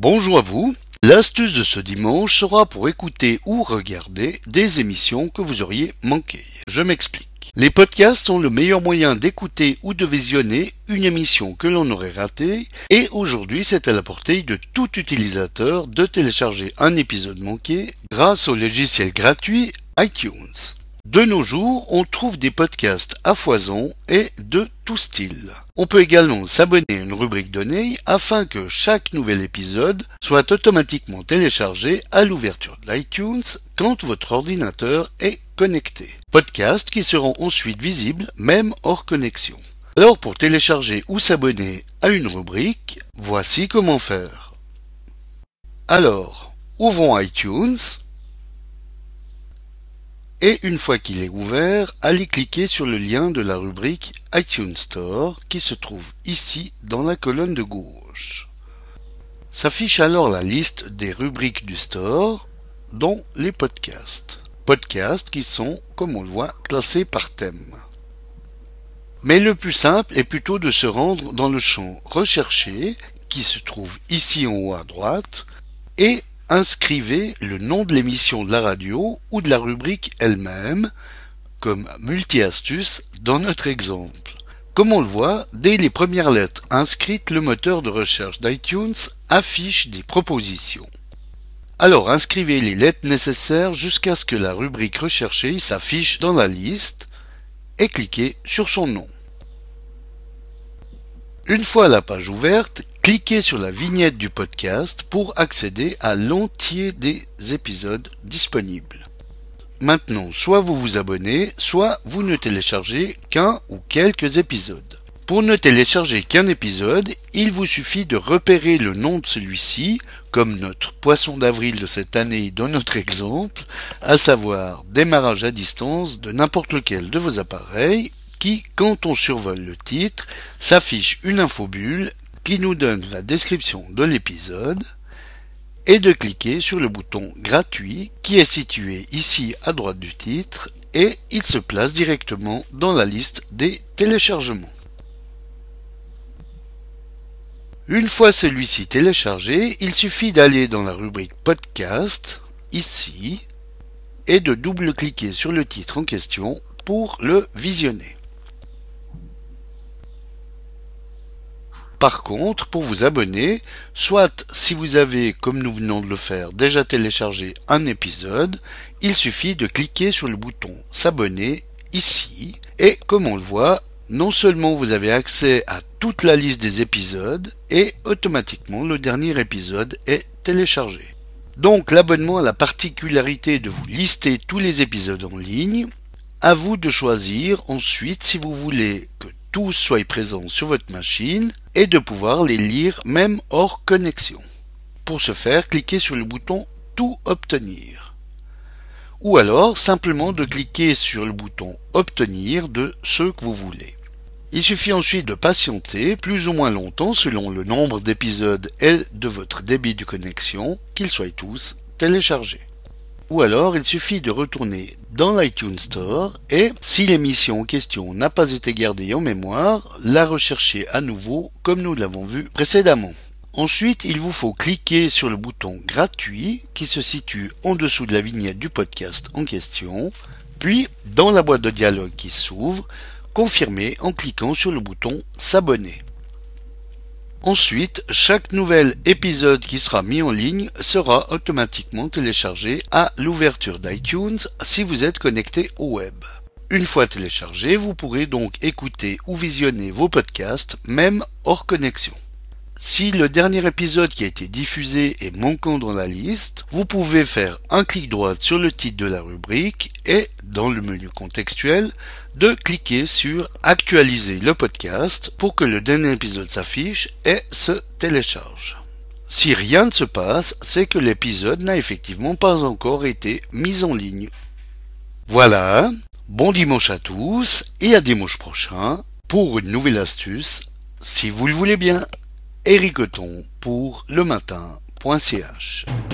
Bonjour à vous. L'astuce de ce dimanche sera pour écouter ou regarder des émissions que vous auriez manquées. Je m'explique. Les podcasts sont le meilleur moyen d'écouter ou de visionner une émission que l'on aurait ratée, et aujourd'hui c'est à la portée de tout utilisateur de télécharger un épisode manqué grâce au logiciel gratuit iTunes. De nos jours, on trouve des podcasts à foison et de tout style. On peut également s'abonner à une rubrique donnée afin que chaque nouvel épisode soit automatiquement téléchargé à l'ouverture de l'iTunes quand votre ordinateur est connecté. Podcasts qui seront ensuite visibles même hors connexion. Alors pour télécharger ou s'abonner à une rubrique, voici comment faire. Alors, ouvrons iTunes. Et une fois qu'il est ouvert, allez cliquer sur le lien de la rubrique iTunes Store qui se trouve ici dans la colonne de gauche. S'affiche alors la liste des rubriques du store, dont les podcasts. Podcasts qui sont, comme on le voit, classés par thème. Mais le plus simple est plutôt de se rendre dans le champ Rechercher, qui se trouve ici en haut à droite, et inscrivez le nom de l'émission de la radio ou de la rubrique elle-même, comme multi-astuces dans notre exemple. Comme on le voit, dès les premières lettres inscrites, le moteur de recherche d'iTunes affiche des propositions. Alors inscrivez les lettres nécessaires jusqu'à ce que la rubrique recherchée s'affiche dans la liste et cliquez sur son nom. Une fois la page ouverte, cliquez sur la vignette du podcast pour accéder à l'entier des épisodes disponibles. Maintenant, soit vous vous abonnez, soit vous ne téléchargez qu'un ou quelques épisodes. Pour ne télécharger qu'un épisode, il vous suffit de repérer le nom de celui-ci, comme notre poisson d'avril de cette année dans notre exemple, à savoir démarrage à distance de n'importe lequel de vos appareils, qui, quand on survole le titre, s'affiche une infobulle qui nous donne la description de l'épisode, et de cliquer sur le bouton gratuit qui est situé ici à droite du titre, et il se place directement dans la liste des téléchargements. Une fois celui-ci téléchargé, il suffit d'aller dans la rubrique podcast, ici, et de double-cliquer sur le titre en question pour le visionner. Par contre, pour vous abonner, soit si vous avez, comme nous venons de le faire, déjà téléchargé un épisode, il suffit de cliquer sur le bouton s'abonner ici, et comme on le voit, non seulement vous avez accès à toute la liste des épisodes, et automatiquement le dernier épisode est téléchargé. Donc l'abonnement a la particularité de vous lister tous les épisodes en ligne. À vous de choisir ensuite si vous voulez que tous soient présents sur votre machine et de pouvoir les lire même hors connexion. Pour ce faire, cliquez sur le bouton Tout obtenir. Ou alors simplement de cliquer sur le bouton Obtenir de ceux que vous voulez. Il suffit ensuite de patienter plus ou moins longtemps selon le nombre d'épisodes et de votre débit de connexion, qu'ils soient tous téléchargés. Ou alors, il suffit de retourner dans l'iTunes Store et, si l'émission en question n'a pas été gardée en mémoire, la rechercher à nouveau comme nous l'avons vu précédemment. Ensuite, il vous faut cliquer sur le bouton gratuit qui se situe en dessous de la vignette du podcast en question, puis, dans la boîte de dialogue qui s'ouvre, confirmer en cliquant sur le bouton s'abonner. Ensuite, chaque nouvel épisode qui sera mis en ligne sera automatiquement téléchargé à l'ouverture d'iTunes si vous êtes connecté au web. Une fois téléchargé, vous pourrez donc écouter ou visionner vos podcasts même hors connexion. Si le dernier épisode qui a été diffusé est manquant dans la liste, vous pouvez faire un clic droit sur le titre de la rubrique et, dans le menu contextuel, de cliquer sur Actualiser le podcast pour que le dernier épisode s'affiche et se télécharge. Si rien ne se passe, c'est que l'épisode n'a effectivement pas encore été mis en ligne. Voilà, bon dimanche à tous et à dimanche prochain pour une nouvelle astuce, si vous le voulez bien. Éric Othon pour lematin.ch